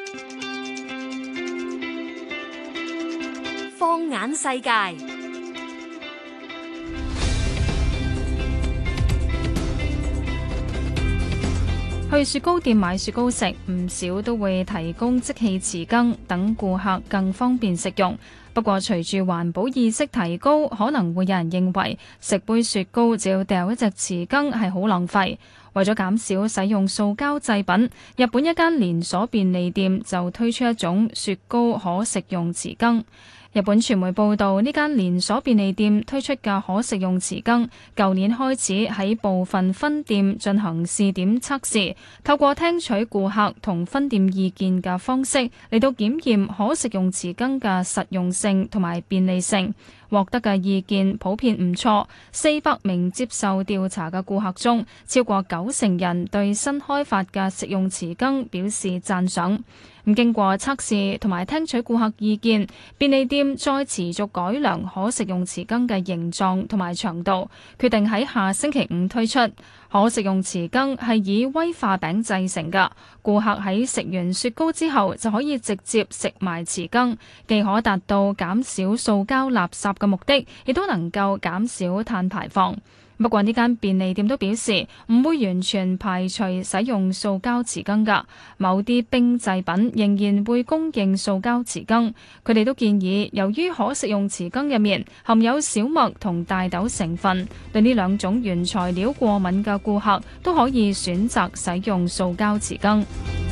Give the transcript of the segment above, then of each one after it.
放眼世界。 去雪糕店買雪糕食，唔少都會提供即棄匙羹，等顧客更方便食用。不過，隨住環保意識提高，可能會有人認為食杯雪糕只要掉一隻匙羹係好浪費。為咗減少使用塑膠製品，日本一間連鎖便利店就推出一種雪糕可食用匙羹。日本傳媒報道，呢間連鎖便利店推出嘅可食用匙羹，舊年開始喺部分分店進行試點測試，透過聽取顧客同分店意見嘅方式嚟到檢驗可食用匙羹嘅實用性同埋便利性。獲得嘅意見普遍唔錯，400名接受調查嘅顧客中，超過90%人對新開發嘅食用匙羹表示讚賞。經過測試同埋聽取顧客意見，便利店再持續改良可食用匙羹嘅形狀同埋長度，決定喺下星期5推出。可食用匙羹係以威化餅製成嘅，顧客喺食完雪糕之後就可以直接食埋匙羹，既可達到減少塑膠垃圾嘅目的，亦都能夠減少碳排放。不過呢間便利店都表示唔會完全排除使用塑膠匙羹㗎，某啲冰製品仍然會供應塑膠匙羹。佢哋都建議，由於可食用匙羹入面含有小麥同大豆成分，對呢兩種原材料過敏嘅顧客都可以選擇使用塑膠匙羹。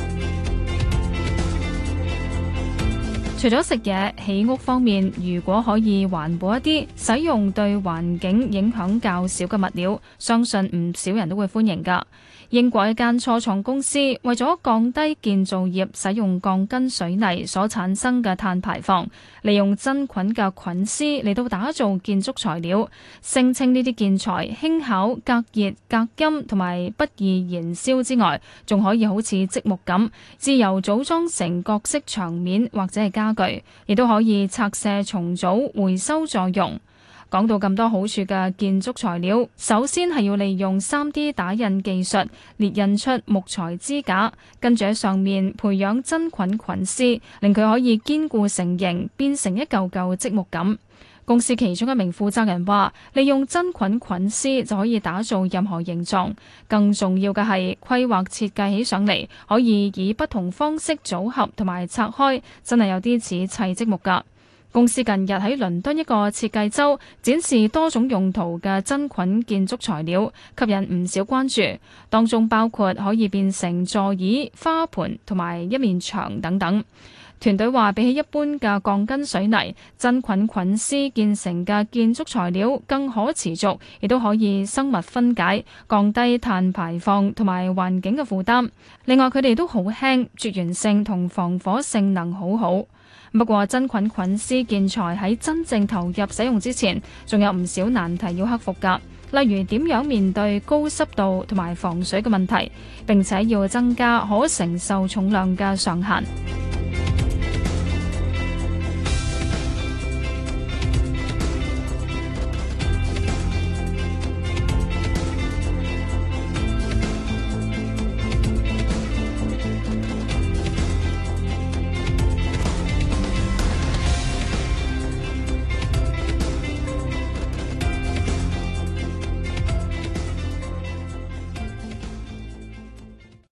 除咗食嘢，起屋方面，如果可以環保一啲，使用對環境影響較少嘅物料，相信唔少人都會歡迎㗎。英國一間初創公司為咗降低建造業使用鋼筋水泥所產生嘅碳排放，利用真菌嘅菌絲嚟到打造建築材料，聲稱呢啲建材輕巧、隔熱、隔音同埋不易燃燒之外，仲可以好似積木咁自由組裝成各式牆面或者係家具，亦都可以拆卸重組、回收再用。講到咁多好處嘅建築材料，首先係要利用 3D 打印技術列印出木材支架，跟住喺上面培養真菌菌絲，令佢可以堅固成型，變成一嚿嚿積木咁。公司其中一名負責人話，利用真菌菌絲就可以打造任何形狀，更重要嘅係規劃設計起上嚟，可以以不同方式組合同埋拆開，真係有啲似砌積木㗎。公司近日喺倫敦一個設計周展示多種用途嘅真菌建築材料，吸引唔少關注。當中包括可以變成座椅、花盆同埋一面牆等等。團隊話，比起一般嘅鋼筋水泥，真菌菌絲建成嘅建築材料更可持續，亦都可以生物分解，降低碳排放同埋環境嘅負擔。另外，佢哋都好輕，絕緣性同防火性能好好。不過，真菌菌絲建材喺真正投入使用之前，仲有唔少難題要克服㗎。例如點樣面對高濕度同埋防水嘅問題，並且要增加可承受重量嘅上限。